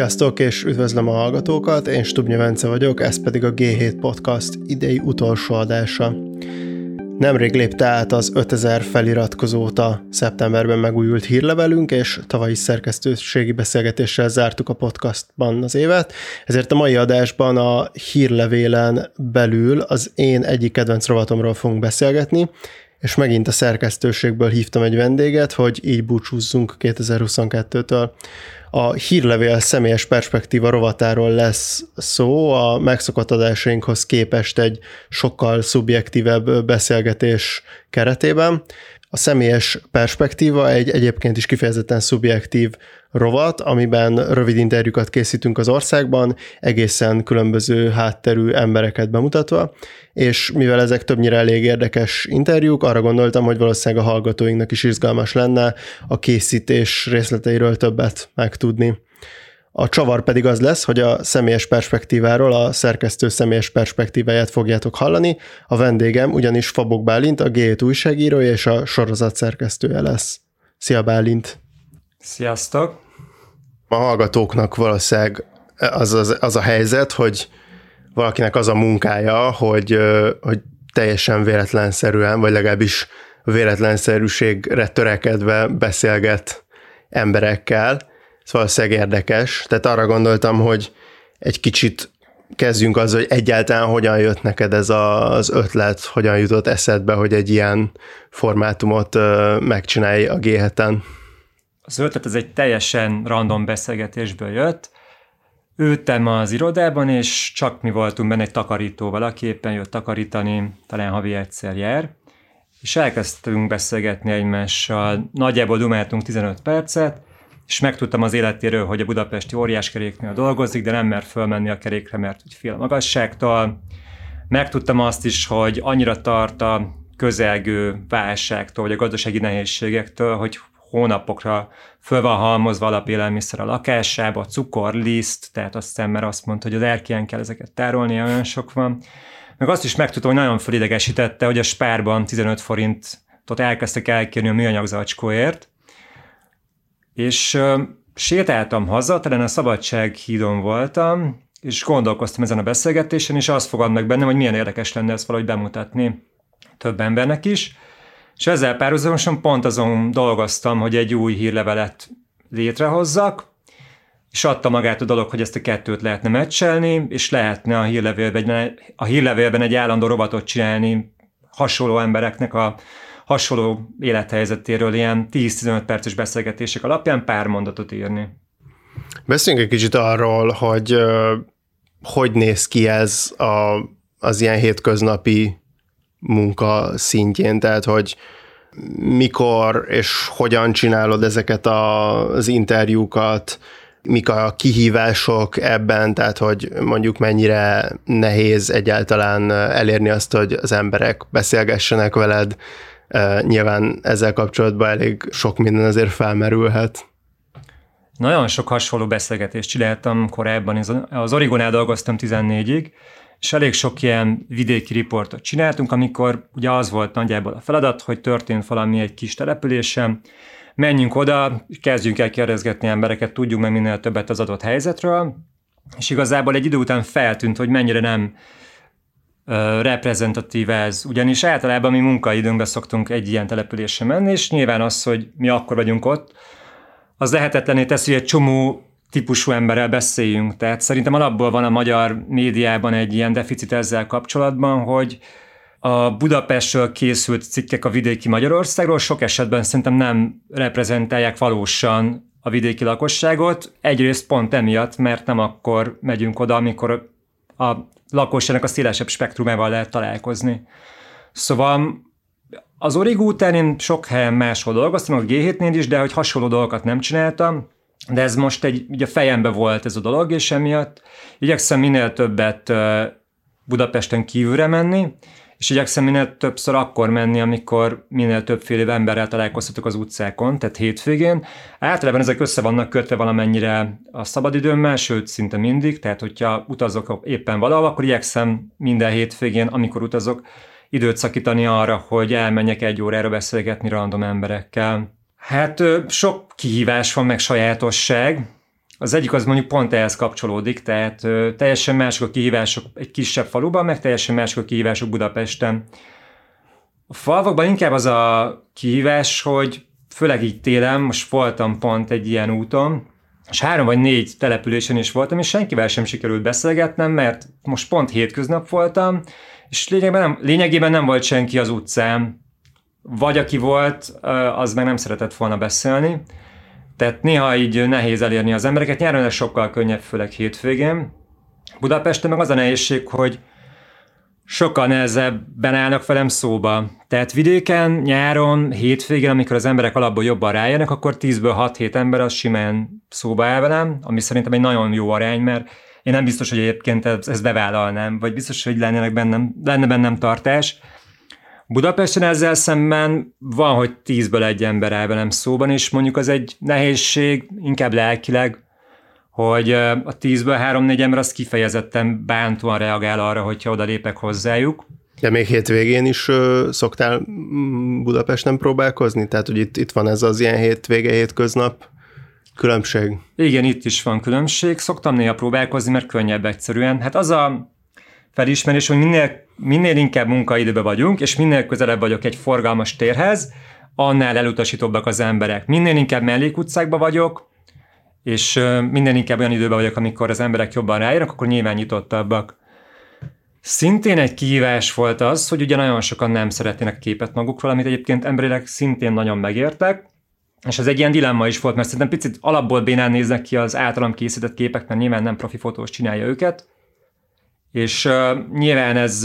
Sziasztok, és üdvözlöm a hallgatókat, én Stubnyi Bence vagyok, ez pedig a G7 Podcast idei utolsó adása. Nemrég lépte át az 5000 feliratkozó óta szeptemberben megújult hírlevelünk, és tavalyi szerkesztőségi beszélgetéssel zártuk a podcastban az évet, ezért a mai adásban a hírlevélen belül az én egyik kedvenc rovatomról fogunk beszélgetni, és megint a szerkesztőségből hívtam egy vendéget, hogy így búcsúzzunk 2022-től. A hírlevél személyes perspektíva rovatáról lesz szó, a megszokott adásainkhoz képest egy sokkal szubjektívebb beszélgetés keretében. A személyes perspektíva egy egyébként is kifejezetten szubjektív rovat, amiben rövid interjúkat készítünk az országban, egészen különböző hátterű embereket bemutatva, és mivel ezek többnyire elég érdekes interjúk, arra gondoltam, hogy valószínűleg a hallgatóinknak is izgalmas lenne a készítés részleteiről többet megtudni. A csavar pedig az lesz, hogy a személyes perspektíváról a szerkesztő személyes perspektíváját fogjátok hallani. A vendégem ugyanis Fabok Bálint, a G7 újságírója és a sorozat szerkesztője lesz. Szia Bálint! Sziasztok! A hallgatóknak valószínűleg az a helyzet, hogy valakinek az a munkája, hogy teljesen véletlenszerűen, vagy legalábbis véletlenszerűségre törekedve beszélget emberekkel. Ez valószínűleg érdekes. Tehát arra gondoltam, hogy egy kicsit kezdjünk azzal, hogy egyáltalán hogyan jött neked ez az ötlet, hogyan jutott eszedbe, hogy egy ilyen formátumot megcsinálj a G7-en. Az ötlet ez egy teljesen random beszélgetésből jött. Ültem az irodában, és csak mi voltunk benne, egy takarító valaki éppen jött takarítani, talán havi egyszer jár, és elkezdtünk beszélgetni egymással. Nagyjából dumáltunk 15 percet, és megtudtam az életéről, hogy a budapesti óriáskeréknél dolgozik, de nem mer fölmenni a kerékre, mert fél a magasságtól. Megtudtam azt is, hogy annyira tart a közelgő válságtól, vagy a gazdasági nehézségektől, hogy hónapokra föl van halmozva alapélelmiszer a lakásába, cukor, liszt, tehát aztán már azt mondta, hogy az erkélyen kell ezeket tárolni, olyan sok van. Meg azt is megtudtam, hogy nagyon fölidegesítette, hogy a Spárban 15 forintot elkezdtek elkérni a műanyag zacskóért, és sétáltam haza, talán a Szabadsághídon voltam, és gondolkoztam ezen a beszélgetésen, és azt fogad meg bennem, hogy milyen érdekes lenne ezt valahogy bemutatni több embernek is. És ezzel párhuzamosan pont azon dolgoztam, hogy egy új hírlevelet létrehozzak, és adta magát a dolog, hogy ezt a kettőt lehetne meccselni, és lehetne a hírlevélben egy állandó rovatot csinálni hasonló embereknek a hasonló élethelyzetéről, ilyen 10-15 perces beszélgetések alapján pár mondatot írni. Beszéljünk egy kicsit arról, hogy néz ki ez az ilyen hétköznapi munka szintjén, tehát hogy mikor és hogyan csinálod ezeket az interjúkat, mik a kihívások ebben, tehát hogy mondjuk mennyire nehéz egyáltalán elérni azt, hogy az emberek beszélgessenek veled. Nyilván ezzel kapcsolatban elég sok minden azért felmerülhet. Nagyon sok hasonló beszélgetést csináltam korábban, az Origonál dolgoztam 14-ig, és elég sok ilyen vidéki riportot csináltunk, amikor ugye az volt nagyjából a feladat, hogy történt valami egy kis településen, menjünk oda, kezdjünk el kérdezgetni embereket, tudjunk meg minél többet az adott helyzetről, és igazából egy idő után feltűnt, hogy mennyire nem reprezentatív ez, ugyanis általában mi munkaidőnkben szoktunk egy ilyen településre menni, és nyilván az, hogy mi akkor vagyunk ott, az lehetetlené teszi, hogy egy csomó típusú emberrel beszéljünk. Tehát szerintem alapból van a magyar médiában egy ilyen deficit ezzel kapcsolatban, hogy a Budapestről készült cikkek a vidéki Magyarországról sok esetben szerintem nem reprezentálják valósan a vidéki lakosságot. Egyrészt pont emiatt, mert nem akkor megyünk oda, amikor a lakosságnak a szélesebb spektrumával lehet találkozni. Szóval az Origo után én sok helyen máshol dolgoztam, a G7-nél is, de hogy hasonló dolgokat nem csináltam, de ez most így a fejembe volt ez a dolog, és emiatt igyekszem minél többet Budapesten kívülre menni, és igyekszem minél többször akkor menni, amikor minél többféle emberrel találkozhatok az utcákon, tehát hétvégén. Általában ezek össze vannak kötve valamennyire a szabadidőmmel, sőt szinte mindig, tehát hogyha utazok éppen valahol, akkor igyekszem minden hétvégén, amikor utazok, időt szakítani arra, hogy elmenjek 1 órára beszélgetni random emberekkel. Hát sok kihívás van, meg sajátosság. Az egyik az mondjuk pont ehhez kapcsolódik, tehát teljesen mások a kihívások egy kisebb faluban, meg teljesen mások a kihívások Budapesten. A falvakban inkább az a kihívás, hogy főleg így télen, most voltam pont egy ilyen úton, és 3 vagy 4 településen is voltam, és senkivel sem sikerült beszélgetnem, mert most pont hétköznap voltam, és lényegében nem volt senki az utcán. Vagy aki volt, az meg nem szeretett volna beszélni. Tehát néha így nehéz elérni az embereket, nyáron ez sokkal könnyebb, főleg hétvégén. Budapesten meg az a nehézség, hogy sokkal nehezebben állnak velem szóba. Tehát vidéken, nyáron, hétvégén, amikor az emberek alapból jobban rájönnek, akkor 10-ből 6-7 ember az simán szóba áll velem, ami szerintem egy nagyon jó arány, mert én nem biztos, hogy egyébként ezt bevállalnám, vagy biztos, hogy lenne bennem tartás. Budapesten ezzel szemben van, hogy 10-ből 1 ember áll velem szóban, és mondjuk az egy nehézség, inkább lelkileg, hogy a 10-ből 3-4 ember az kifejezetten bántóan reagál arra, hogyha oda lépek hozzájuk. De még hétvégén is szoktál Budapesten próbálkozni? Tehát, hogy itt van ez az ilyen hétköznap különbség? Igen, itt is van különbség. Szoktam néha próbálkozni, mert könnyebb egyszerűen. Hát az a felismerés, hogy minél inkább munkaidőben vagyunk, és minél közelebb vagyok egy forgalmas térhez, annál elutasítóbbak az emberek. Minél inkább mellékutcákban vagyok, és minél inkább olyan időben vagyok, amikor az emberek jobban rájönnek, akkor nyilván nyitottabbak. Szintén egy kihívás volt az, hogy ugye nagyon sokan nem szeretnének képet magukról, amit egyébként emberileg szintén nagyon megértek, és ez egy ilyen dilemma is volt, mert szerintem picit alapból bénán néznek ki az általam készített képek, mert nyilván nem profi fotós csinálja őket, és nyilván ez,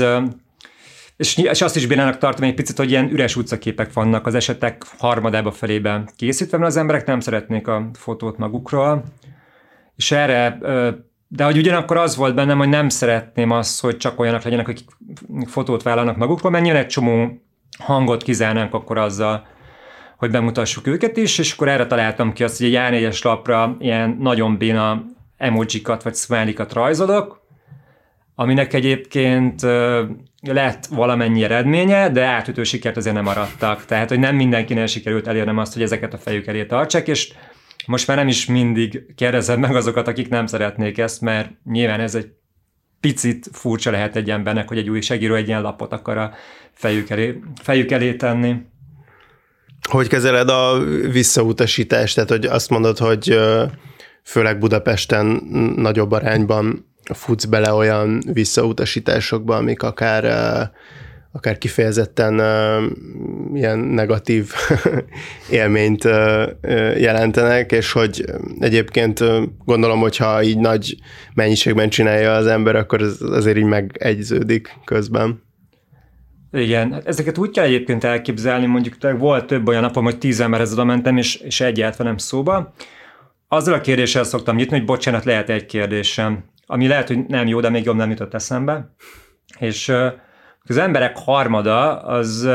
és azt is bénának tartom egy picit, hogy ilyen üres utcaképek vannak az esetek harmadába felében készítve, mert az emberek nem szeretnék a fotót magukról, és erre, de hogy ugyanakkor az volt bennem, hogy nem szeretném azt, hogy csak olyanak legyenek, akik fotót vállalnak magukról, mert nyilván egy csomó hangot kizárnánk akkor azzal, hogy bemutassuk őket is, és akkor erre találtam ki azt, hogy egy A4-es lapra ilyen nagyon béna emojikat vagy smiley-kat rajzolok, aminek egyébként lett valamennyi eredménye, de átütő sikert azért nem arattak. Tehát, hogy nem mindenkinél sikerült elérnem azt, hogy ezeket a fejük elé tartsák, és most már nem is mindig kérdezem meg azokat, akik nem szeretnék ezt, mert nyilván ez egy picit furcsa lehet egy embernek, hogy egy újságíró egy ilyen lapot akar a fejük elé tenni. Hogy kezeled a visszautasítást? Tehát, hogy azt mondod, hogy főleg Budapesten nagyobb arányban futsz bele olyan visszautasításokba, amik akár kifejezetten ilyen negatív élményt jelentenek, és hogy egyébként gondolom, hogyha így nagy mennyiségben csinálja az ember, akkor ez azért így megegyződik közben. Igen, ezeket úgy kell egyébként elképzelni, mondjuk volt több olyan napom, hogy 10 emberhez oda mentem, és egyáltalán nem szóba. Azzal a kérdéssel szoktam nyitni, hogy bocsánat, lehet egy kérdésem, ami lehet, hogy nem jó, de még jobb nem jutott eszembe. És az emberek harmada az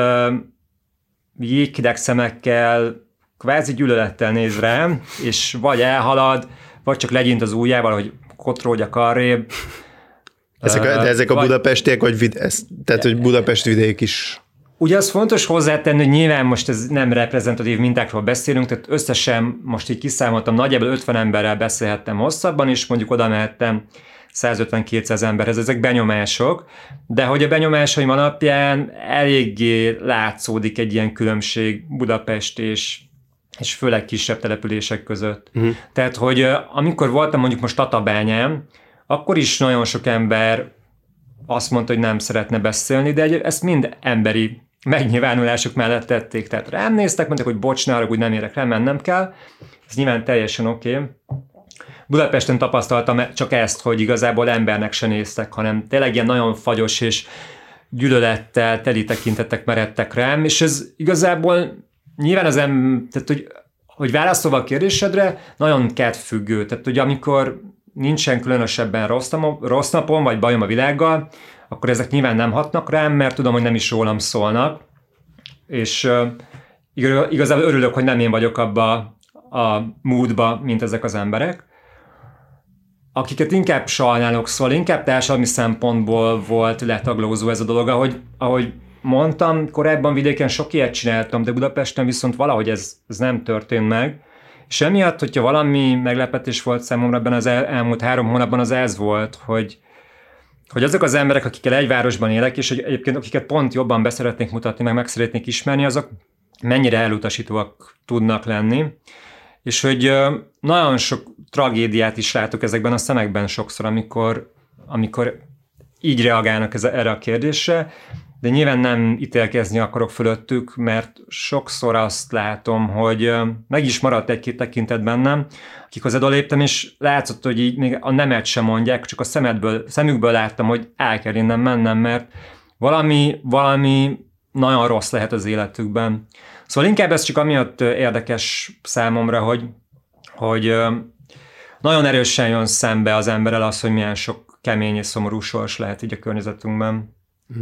jéghideg szemekkel, kvázi gyűlölettel néz rám, és vagy elhalad, vagy csak legyint az ujjával, hogy kotródjak arrébb. Ezek a budapestiek, tehát hogy Budapest vidék is. Ugye az fontos hozzátenni, hogy nyilván most ez nem reprezentatív mintákról beszélünk, tehát összesen most így kiszámoltam, nagyjából 50 emberrel beszélhettem hosszabban, és mondjuk oda mehettem 150-200 emberhez, ezek benyomások, de hogy a benyomásaim alapján eléggé látszódik egy ilyen különbség Budapest és főleg kisebb települések között. Tehát, hogy amikor voltam mondjuk most Tatabányán, akkor is nagyon sok ember azt mondta, hogy nem szeretne beszélni, de ezt mind emberi megnyilvánulások mellett tették. Tehát rám néztek, mondták, hogy bocs, ne haragudj, nem érek rá, mennem kell. Ez nyilván teljesen oké. Budapesten tapasztaltam csak ezt, hogy igazából embernek se néztek, hanem tényleg ilyen nagyon fagyos és gyűlölettel teli tekintettek meredtek rám, és ez igazából nyilván tehát hogy válaszolva a kérdésedre, nagyon kedvfüggő. Tehát, hogy amikor nincsen különösebben rossz napom, vagy bajom a világgal, akkor ezek nyilván nem hatnak rám, mert tudom, hogy nem is rólam szólnak, és igazából örülök, hogy nem én vagyok abba a moodba, mint ezek az emberek. Akiket inkább sajnálok, szóval inkább társadalmi szempontból volt letaglózó ez a dolog, ahogy mondtam, korábban vidéken sok ilyet csináltam, de Budapesten viszont valahogy ez nem történt meg, És emiatt, hogyha valami meglepetés volt számomra ebben az elmúlt 3 hónapban, az ez volt, hogy azok az emberek, akikkel egy városban élek, és egyébként akiket pont jobban beszeretnék mutatni, meg szeretnék ismerni, azok mennyire elutasítóak tudnak lenni. És hogy nagyon sok tragédiát is látok ezekben a szemekben sokszor, amikor így reagálnak erre a kérdésre, de nyilván nem ítélkezni akarok fölöttük, mert sokszor azt látom, hogy meg is maradt egy-két tekintet bennem, akik hozzád léptem, és látszott, hogy így még a nemet sem mondják, csak a szemükből láttam, hogy el kell innen mennem, mert valami nagyon rossz lehet az életükben. Szóval inkább ez csak amiatt érdekes számomra, hogy nagyon erősen jön szembe az emberrel az, hogy milyen sok kemény és szomorú sors lehet így a környezetünkben.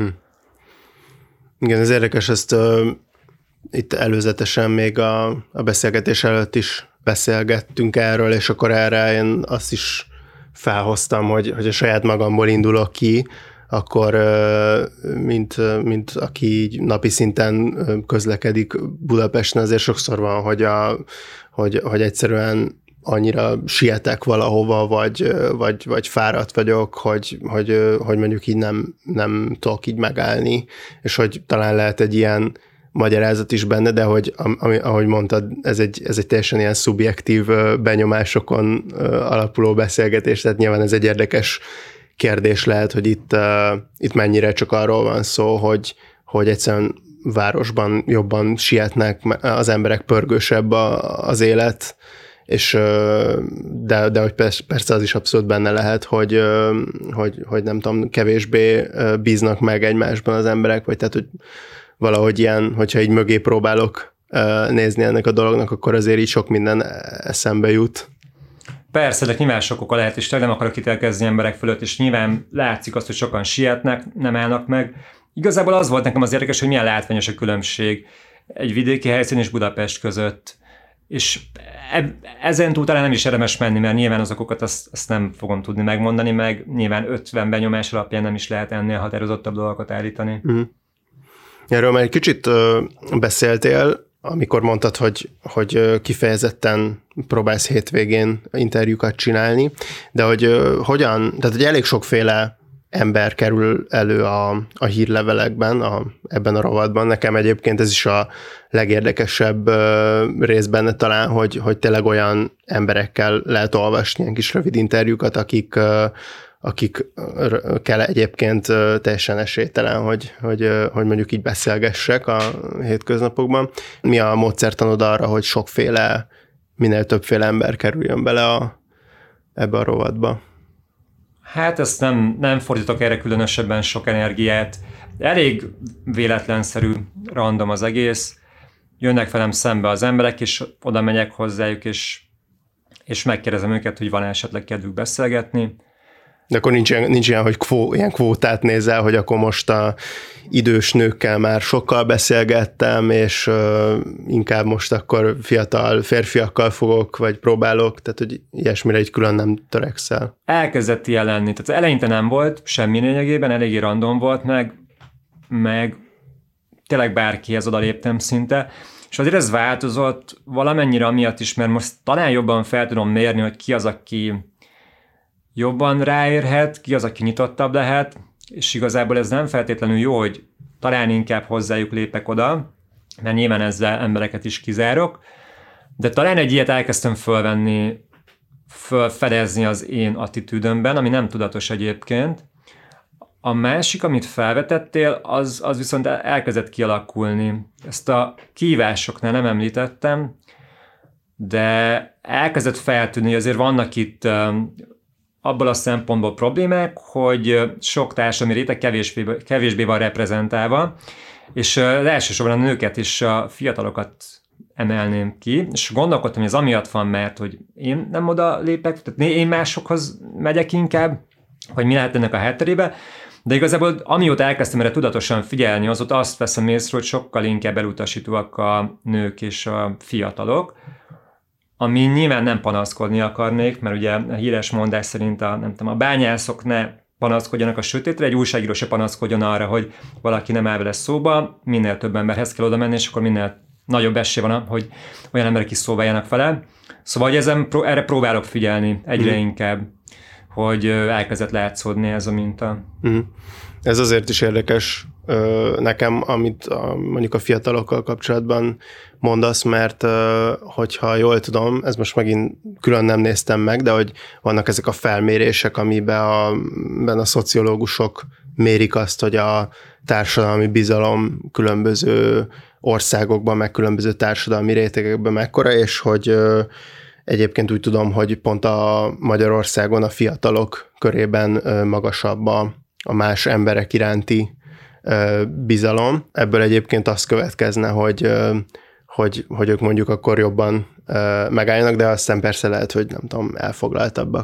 Igen, ez érdekes, ezt itt előzetesen még a beszélgetés előtt is beszélgettünk erről, és akkor erre én azt is felhoztam, hogy a saját magamból indulok ki, akkor mint aki így napi szinten közlekedik Budapesten, azért sokszor van, hogy egyszerűen annyira sietek valahova, vagy fáradt vagyok, hogy mondjuk így nem tudok így megállni, és hogy talán lehet egy ilyen magyarázat is benne, de hogy ahogy mondtad, ez egy teljesen ilyen szubjektív benyomásokon alapuló beszélgetés, tehát nyilván ez egy érdekes kérdés lehet, hogy itt mennyire csak arról van szó, hogy egyszerűen városban jobban sietnek, az emberek, pörgősebb az élet, és de hogy persze az is abszolút benne lehet, hogy nem tudom, kevésbé bíznak meg egymásban az emberek, vagy tehát, hogy valahogy ilyen, hogyha így mögé próbálok nézni ennek a dolognak, akkor azért így sok minden eszembe jut. Persze, de nyilván sok oka lehet, és nem akarok ítélkezni emberek fölött, és nyilván látszik azt, hogy sokan sietnek, nem állnak meg. Igazából az volt nekem az érdekes, hogy milyen látványos a különbség egy vidéki helyszín és Budapest között. És ezen túl talán nem is érdemes menni, mert nyilván azokat azt nem fogom tudni megmondani, meg nyilván 50 benyomás alapján nem is lehet ennél határozottabb dolgokat állítani. Erről már egy kicsit beszéltél, amikor mondtad, hogy kifejezetten próbálsz hétvégén interjúkat csinálni, de tehát hogy elég sokféle ember kerül elő a hírlevelekben, ebben a rovatban. Nekem egyébként ez is a legérdekesebb rész benne talán, hogy tényleg olyan emberekkel lehet olvasni ilyen kis rövid interjúkat, akikkel egyébként teljesen esélytelen, hogy mondjuk így beszélgessek a hétköznapokban. Mi a módszertanod arra, hogy minél többféle ember kerüljön bele ebbe a rovatba? Hát ezt nem fordítok erre különösebben sok energiát. Elég véletlenszerű, random az egész. Jönnek velem szembe az emberek, és oda megyek hozzájuk, és megkérdezem őket, hogy van esetleg kedvük beszélgetni. De akkor nincs ilyen, hogy ilyen kvótát nézel, hogy akkor most a idős nőkkel már sokkal beszélgettem, és inkább most akkor fiatal férfiakkal fogok, vagy próbálok, tehát hogy ilyesmire egy külön nem törekszel. Elkezdett ilyen lenni. Tehát eleinte nem volt semmi lényegében, eléggé random volt, meg tényleg bárkihez odaléptem szinte, és azért ez változott valamennyire amiatt is, mert most talán jobban fel tudom mérni, hogy ki az, aki jobban ráérhet, ki az, aki nyitottabb lehet, és igazából ez nem feltétlenül jó, hogy talán inkább hozzájuk lépek oda, mert nyilván ezzel embereket is kizárok, de talán egy ilyet elkezdtem felfedezni az én attitűdömben, ami nem tudatos egyébként. A másik, amit felvetettél, az viszont elkezdett kialakulni. Ezt a kihívásoknál nem említettem, de elkezdett feltűnni, hogy azért vannak itt abból a szempontból problémák, hogy sok társadalmi réteg kevésbé van reprezentálva, és elsősorban a nőket és a fiatalokat emelném ki, és gondolkodtam, hogy ez amiatt van, mert hogy én nem oda lépek, tehát én másokhoz megyek inkább, hogy mi lehet ennek a hátterébe, de igazából amióta elkezdtem erre tudatosan figyelni, azóta azt veszem észre, hogy sokkal inkább elutasítóak a nők és a fiatalok, ami nyilván nem panaszkodni akarnék, mert ugye a híres mondás szerint a bányászok ne panaszkodjanak a sötétre, egy újságíró se panaszkodjon arra, hogy valaki nem áll vele szóba, minél több emberhez kell oda menni, és akkor minél nagyobb esély van, hogy olyan emberek is szólváljanak vele. Szóval hogy erre próbálok figyelni egyre inkább, hogy elkezdett látszódni ez a minta. Ez azért is érdekes nekem, amit mondjuk a fiatalokkal kapcsolatban mondasz, mert hogyha jól tudom, ez most megint külön nem néztem meg, de hogy vannak ezek a felmérések, amiben a szociológusok mérik azt, hogy a társadalmi bizalom különböző országokban, meg különböző társadalmi rétegekben mekkora, és hogy egyébként úgy tudom, hogy pont a Magyarországon a fiatalok körében magasabb a más emberek iránti bizalom. Ebből egyébként az következne, hogy ők mondjuk akkor jobban megálljanak, de aztán persze lehet, hogy nem tudom, elfoglaltabbak,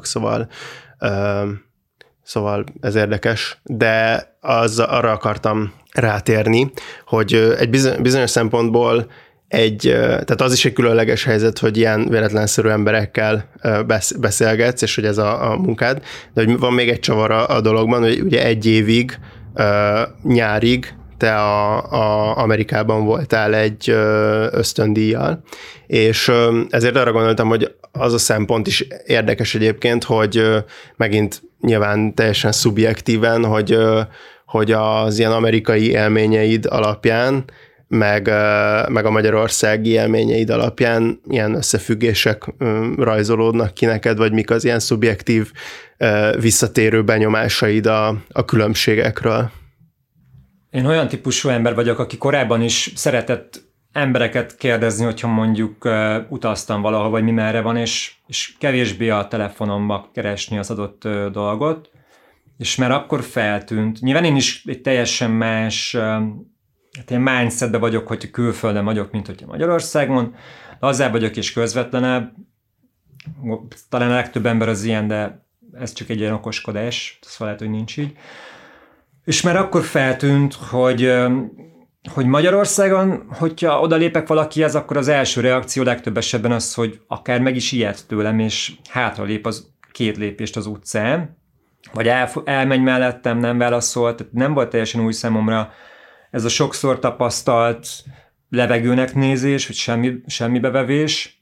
szóval ez érdekes. De arra akartam rátérni, hogy egy bizonyos szempontból tehát az is egy különleges helyzet, hogy ilyen véletlenszerű emberekkel beszélgetsz, és hogy ez a munkád, de hogy van még egy csavar a dologban, hogy ugye egy évig, nyárig te Amerikában voltál egy ösztöndíjjal, és ezért arra gondoltam, hogy az a szempont is érdekes egyébként, hogy megint nyilván teljesen szubjektíven, hogy az ilyen amerikai élményeid alapján, meg a magyarországi élményeid alapján ilyen összefüggések rajzolódnak ki neked, vagy mik az ilyen szubjektív visszatérő benyomásaid a különbségekről? Én olyan típusú ember vagyok, aki korábban is szeretett embereket kérdezni, hogyha mondjuk utaztam valahol, vagy mi merre van, és kevésbé a telefonomba keresni az adott dolgot, és már akkor feltűnt. Nyilván én is egy teljesen más ilyen mindsetben vagyok, hogy külföldön vagyok, mint hogyha Magyarországon, lazzább vagyok és közvetlenebb. Talán a legtöbb ember az ilyen, de ez csak egy ilyen okoskodás, szóval lehet, hogy nincs így. És már akkor feltűnt, hogy Magyarországon, hogyha odalépek valakihez, akkor az első reakció legtöbb esetben az, hogy akár meg is ijed tőlem, és hátralép az 2 lépést az utcán, vagy elmegy mellettem, nem válaszolt, tehát nem volt teljesen új számomra ez a sokszor tapasztalt levegőnek nézés, vagy semmi bevevés.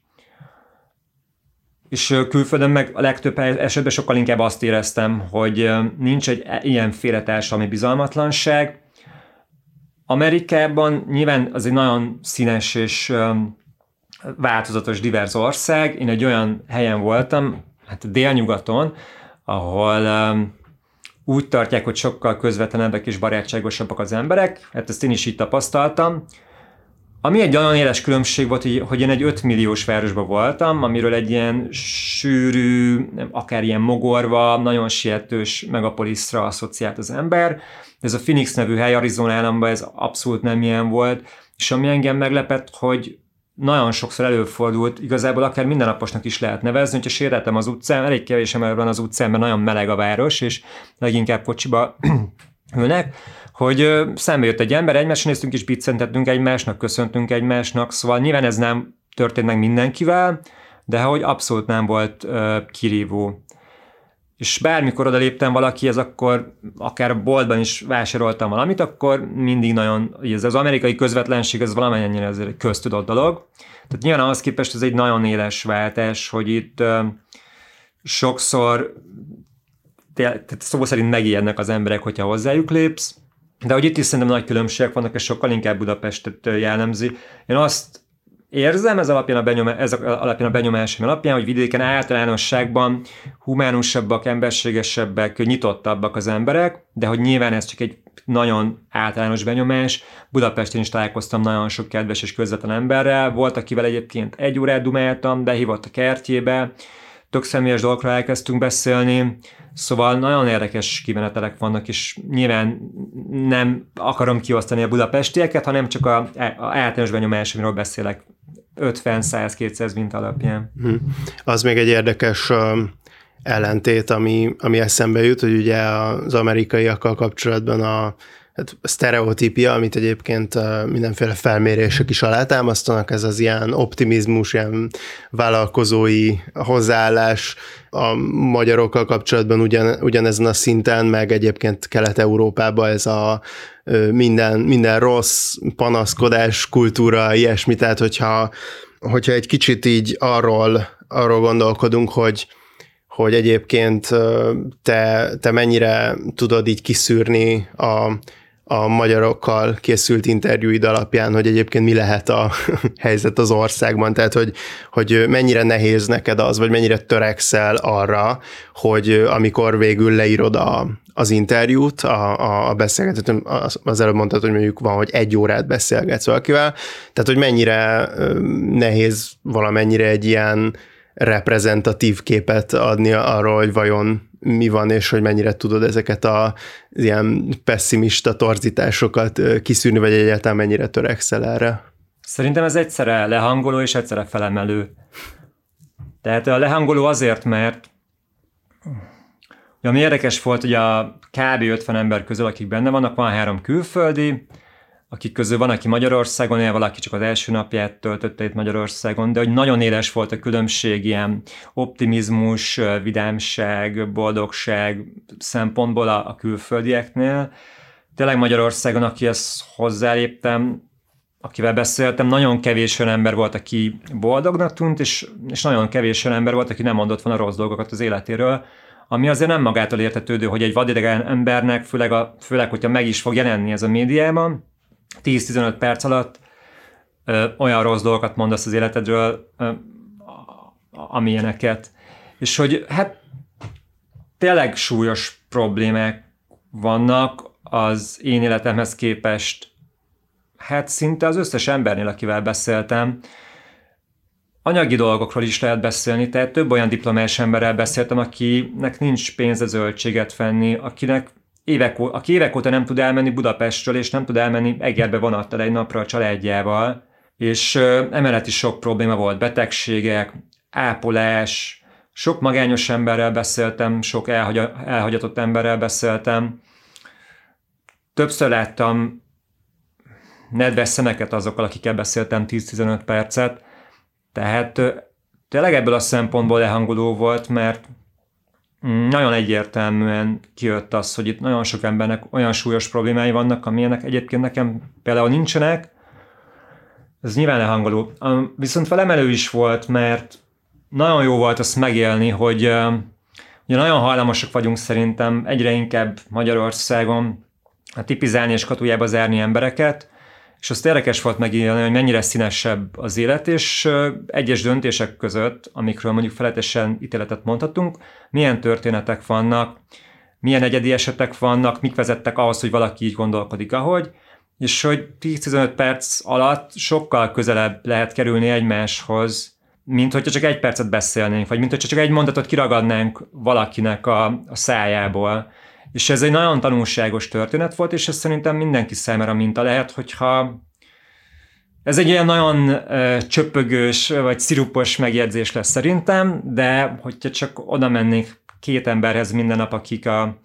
És külföldön meg a legtöbb esetben sokkal inkább azt éreztem, hogy nincs egy ilyen félretársadalmi bizalmatlanság. Amerikában nyilván az egy nagyon színes és változatos, divers ország. Én egy olyan helyen voltam, hát délnyugaton, ahol úgy tartják, hogy sokkal közvetlenebbek és barátságosabbak az emberek, hát ezt én is így tapasztaltam. Ami egy olyan éles különbség volt, hogy én egy 5 milliós városban voltam, amiről egy ilyen sűrű, akár ilyen mogorva, nagyon sietős megapoliszra asszociált az ember. Ez a Phoenix nevű hely Arizona államban, ez abszolút nem ilyen volt, és ami engem meglepett, hogy nagyon sokszor előfordult, igazából akár mindennaposnak is lehet nevezni, hogyha sétáltam az utcán, elég kevés ember van az utcán, mert nagyon meleg a város, és leginkább kocsiba ülnek, hogy szembe jött egy ember, egymásra néztünk és biccentettünk egymásnak, köszöntünk egymásnak, szóval nyilván ez nem történt meg mindenkivel, de hogy abszolút nem volt kirívó. És bármikor odaléptem valakihez, akkor akár a boltban is vásároltam valamit, akkor mindig nagyon, ez az amerikai közvetlenség, ez valamennyire ez egy köztudott dolog. Tehát nyilván ahhoz képest ez egy nagyon éles váltás, hogy itt sokszor tehát szó szerint megijednek az emberek, hogyha hozzájuk lépsz, de hogy itt is szerintem nagy különbségek vannak, és sokkal inkább Budapestet jellemzi. Én azt érzem, ez alapján a benyomásom alapján, hogy vidéken általánosságban humánusabbak, emberségesebbek, nyitottabbak az emberek, de hogy nyilván ez csak egy nagyon általános benyomás. Budapesten is találkoztam nagyon sok kedves és közvetlen emberrel, volt, akivel egyébként 1 órát dumáltam, behívott a kertjébe, tök személyes dolgokról elkezdtünk beszélni, szóval nagyon érdekes kimenetelek vannak, és nyilván nem akarom kiosztani a budapestieket, hanem csak a általános benyomás, amiről beszélek 50, 100, 200 minta alapján. Az még egy érdekes ellentét, ami eszembe jut, hogy ugye az amerikaiakkal kapcsolatban sztereotípia, amit egyébként mindenféle felmérések is alátámasztanak, ez az ilyen optimizmus, ilyen vállalkozói hozzáállás a magyarokkal kapcsolatban ugyanezen a szinten, meg egyébként Kelet-Európában ez a minden rossz, panaszkodás kultúra, ilyesmi, tehát hogyha egy kicsit így arról gondolkodunk, hogy egyébként te mennyire tudod így kiszűrni a magyarokkal készült interjúid alapján, hogy egyébként mi lehet a helyzet az országban, tehát hogy mennyire nehéz neked az, vagy mennyire törekszel arra, hogy amikor végül leírod az interjút, a beszélgetőt, az előbb mondtad, hogy mondjuk van, hogy 1 órát beszélgetsz valakivel, tehát hogy mennyire nehéz valamennyire egy ilyen reprezentatív képet adni arról, hogy vajon mi van, és hogy mennyire tudod ezeket az ilyen pessimista torzításokat kiszűrni, vagy egyáltalán mennyire törekszel erre? Szerintem ez egyszerre lehangoló és egyszerre felemelő. Tehát a lehangoló azért, mert ami érdekes volt, hogy a kb. 50 ember közül, akik benne vannak, van 3 külföldi, akik közül van, aki Magyarországon él, valaki csak az első napját töltötte itt Magyarországon, de hogy nagyon éles volt a különbség ilyen optimizmus, vidámság, boldogság szempontból a külföldieknél. Tényleg Magyarországon, akihez hozzáléptem, akivel beszéltem, nagyon kevés olyan ember volt, aki boldognak tűnt, és nagyon kevés olyan ember volt, aki nem mondott volna rossz dolgokat az életéről, ami azért nem magától értetődő, hogy egy vadidegen embernek, főleg, hogyha meg is fog jelenni ez a médiában, 10-15 perc alatt olyan rossz dolgokat mondasz az életedről, amilyeneket. És hogy hát tényleg súlyos problémák vannak az én életemhez képest. Hát szinte az összes embernél, akivel beszéltem, anyagi dolgokról is lehet beszélni, tehát több olyan diplomás emberrel beszéltem, akinek nincs pénze zöldséget venni, aki évek óta nem tud elmenni Budapestről, és nem tud elmenni Egerbe vonattal egy napra a családjával, és emellett is sok probléma volt, betegségek, ápolás, sok magányos emberrel beszéltem, sok elhagyatott emberrel beszéltem. Többször láttam nedves szemeket azokkal, akikkel beszéltem 10-15 percet, tehát tényleg ebből a szempontból lehangoló volt, mert nagyon egyértelműen kijött az, hogy itt nagyon sok embernek olyan súlyos problémái vannak, amilyenek egyébként nekem például nincsenek. Ez nyilván lehangoló. Viszont felemelő is volt, mert nagyon jó volt azt megélni, hogy ugye nagyon hajlamosak vagyunk szerintem egyre inkább Magyarországon tipizálni és katujába zárni embereket, és azt érdekes volt megélni, hogy mennyire színesebb az élet, és egyes döntések között, amikről mondjuk felületesen ítéletet mondhatunk, milyen történetek vannak, milyen egyedi esetek vannak, mik vezettek ahhoz, hogy valaki így gondolkodik, ahogy, és hogy 10-15 perc alatt sokkal közelebb lehet kerülni egymáshoz, mint hogyha csak 1 percet beszélnénk, vagy mint hogyha csak egy mondatot kiragadnánk valakinek a szájából. És ez egy nagyon tanulságos történet volt, és ez szerintem mindenki számára minta lehet, hogyha ez egy ilyen nagyon csöpögős vagy szirupos megjegyzés lesz szerintem, de hogyha csak oda mennék 2 emberhez minden nap, akik a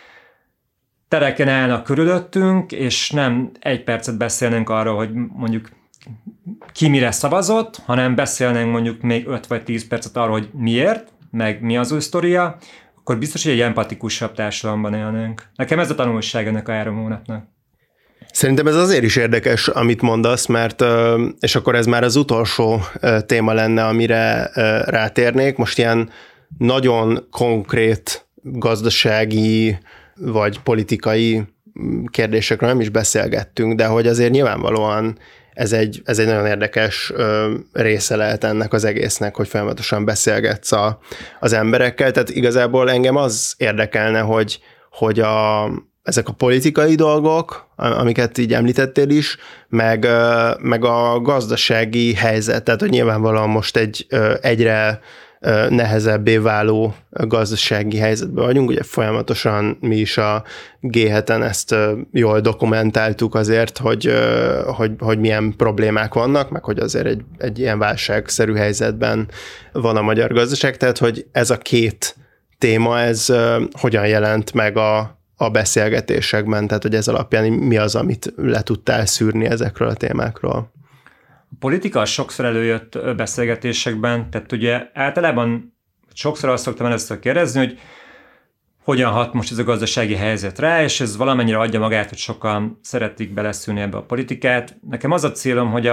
tereken állnak körülöttünk, és nem 1 percet beszélnénk arról, hogy mondjuk ki mire szavazott, hanem beszélnénk mondjuk még 5 vagy 10 percet arról, hogy miért, meg mi az ő sztoria, akkor biztos, hogy egy empatikusabb társadalomban élnénk. Nekem ez a tanulság ennek a 3 hónapnak. Szerintem ez azért is érdekes, amit mondasz, mert, és akkor ez már az utolsó téma lenne, amire rátérnék. Most ilyen nagyon konkrét gazdasági vagy politikai kérdésekről nem is beszélgettünk, de hogy azért nyilvánvalóan ez egy nagyon érdekes része lehet ennek az egésznek, hogy folyamatosan beszélgetsz az emberekkel. Tehát igazából engem az érdekelne, hogy ezek a politikai dolgok, amiket így említettél is, meg a gazdasági helyzet, tehát hogy nyilvánvalóan most egy egyre nehezebbé váló gazdasági helyzetben vagyunk. Ugye folyamatosan mi is a G7-en ezt jól dokumentáltuk azért, hogy milyen problémák vannak, meg hogy azért egy ilyen válságszerű helyzetben van a magyar gazdaság, tehát hogy ez a 2 téma, ez hogyan jelent meg a beszélgetésekben, tehát hogy ez alapján mi az, amit le tudtál szűrni ezekről a témákról? A politika sokszor előjött beszélgetésekben, tehát ugye általában sokszor azt szoktam először kérdezni, hogy hogyan hat most ez a gazdasági helyzet rá, és ez valamennyire adja magát, hogy sokan szeretik beleszülni ebbe a politikát. Nekem az a célom, hogy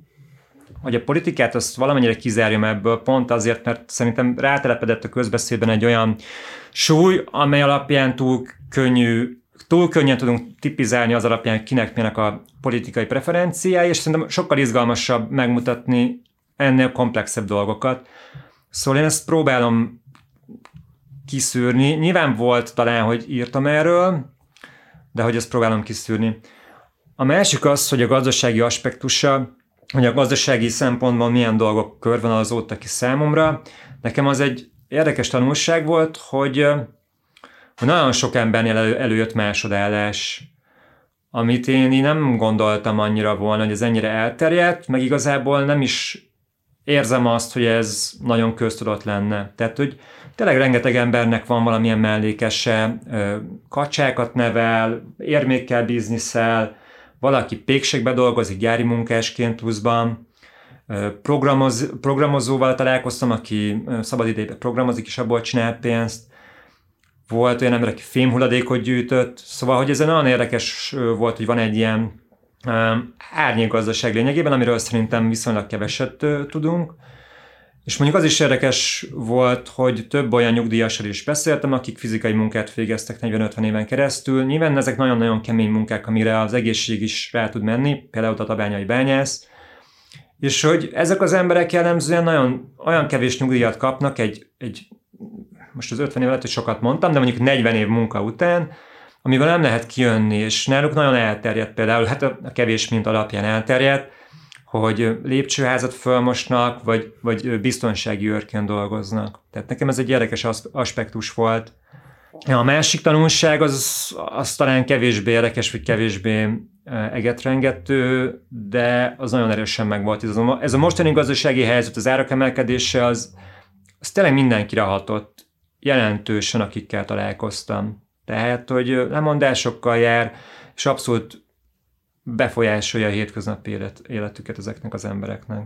a politikát azt valamennyire kizárjam ebből, pont azért, mert szerintem rátelepedett a közbeszédben egy olyan súly, amely alapján túl könnyen tudunk tipizálni az alapján, kinek milyenek a politikai preferenciái, és szerintem sokkal izgalmasabb megmutatni ennél komplexebb dolgokat. Szóval én ezt próbálom kiszűrni. Nyilván volt talán, hogy írtam erről, de hogy ezt próbálom kiszűrni. A másik az, hogy a gazdasági aspektusa, hogy a gazdasági szempontból milyen dolgok körvonalazódtak ki számomra. Nekem az egy érdekes tanulság volt, hogy nagyon sok embernél előjött másodállás, amit én nem gondoltam annyira volna, hogy ez ennyire elterjedt, meg igazából nem is érzem azt, hogy ez nagyon köztudott lenne. Tehát, hogy tényleg rengeteg embernek van valamilyen mellékese, kacsákat nevel, érmékkel bizniszel, valaki pékségbe dolgozik gyári munkásként pluszban, programozóval találkoztam, aki szabadidejében programozik, és abból csinál pénzt. Volt olyan ember, aki fémhulladékot gyűjtött, szóval, hogy ez nagyon érdekes volt, hogy van egy ilyen árnyékgazdaság lényegében, amiről szerintem viszonylag keveset tudunk. És mondjuk az is érdekes volt, hogy több olyan nyugdíjassal is beszéltem, akik fizikai munkát végeztek 40-50 éven keresztül. Nyilván ezek nagyon-nagyon kemény munkák, amire az egészség is rá tud menni, például a tabányai bányász. És hogy ezek az emberek jellemzően olyan kevés nyugdíjat kapnak most az 50 év alatt, hogy sokat mondtam, de mondjuk 40 év munka után, amivel nem lehet kijönni, és náluk nagyon elterjedt például, hát a kevés mint alapján elterjedt, hogy lépcsőházat fölmosnak, vagy biztonsági őrként dolgoznak. Tehát nekem ez egy érdekes aspektus volt. A másik tanulság az talán kevésbé érdekes, vagy kevésbé egetrengető, de az nagyon erősen megvolt. Ez a mostani gazdasági helyzet, az árak emelkedése, az tényleg mindenkire hatott, jelentősen, akikkel találkoztam. Tehát, hogy lemondásokkal jár, és abszolút befolyásolja a hétköznapi életüket ezeknek az embereknek.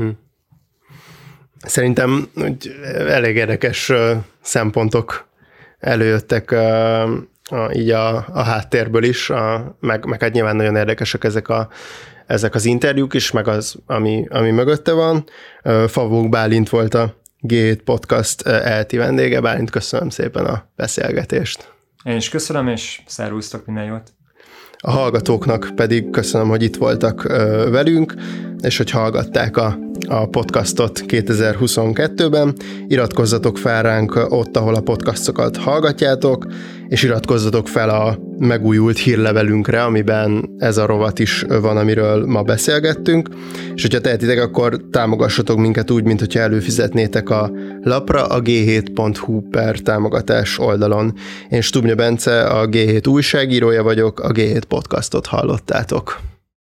Szerintem hogy elég érdekes szempontok előjöttek így a háttérből is, meg hát nyilván nagyon érdekesek ezek az interjúk is, meg az, ami mögötte van. Favók Bálint volt a G7 Podcast ELTE vendége. Bálint, köszönöm szépen a beszélgetést. Én is köszönöm, és szervusztok, minden jót! A hallgatóknak pedig köszönöm, hogy itt voltak velünk, és hogy hallgatták a podcastot 2022-ben. Iratkozzatok fel ránk ott, ahol a podcastokat hallgatjátok, és iratkozzatok fel a megújult hírlevelünkre, amiben ez a rovat is van, amiről ma beszélgettünk, és hogyha tehetitek, akkor támogassatok minket úgy, mint hogyha előfizetnétek a lapra a g7.hu/támogatás oldalon. Én Stubnya Bence, a G7 újságírója vagyok, a G7 podcastot hallottátok.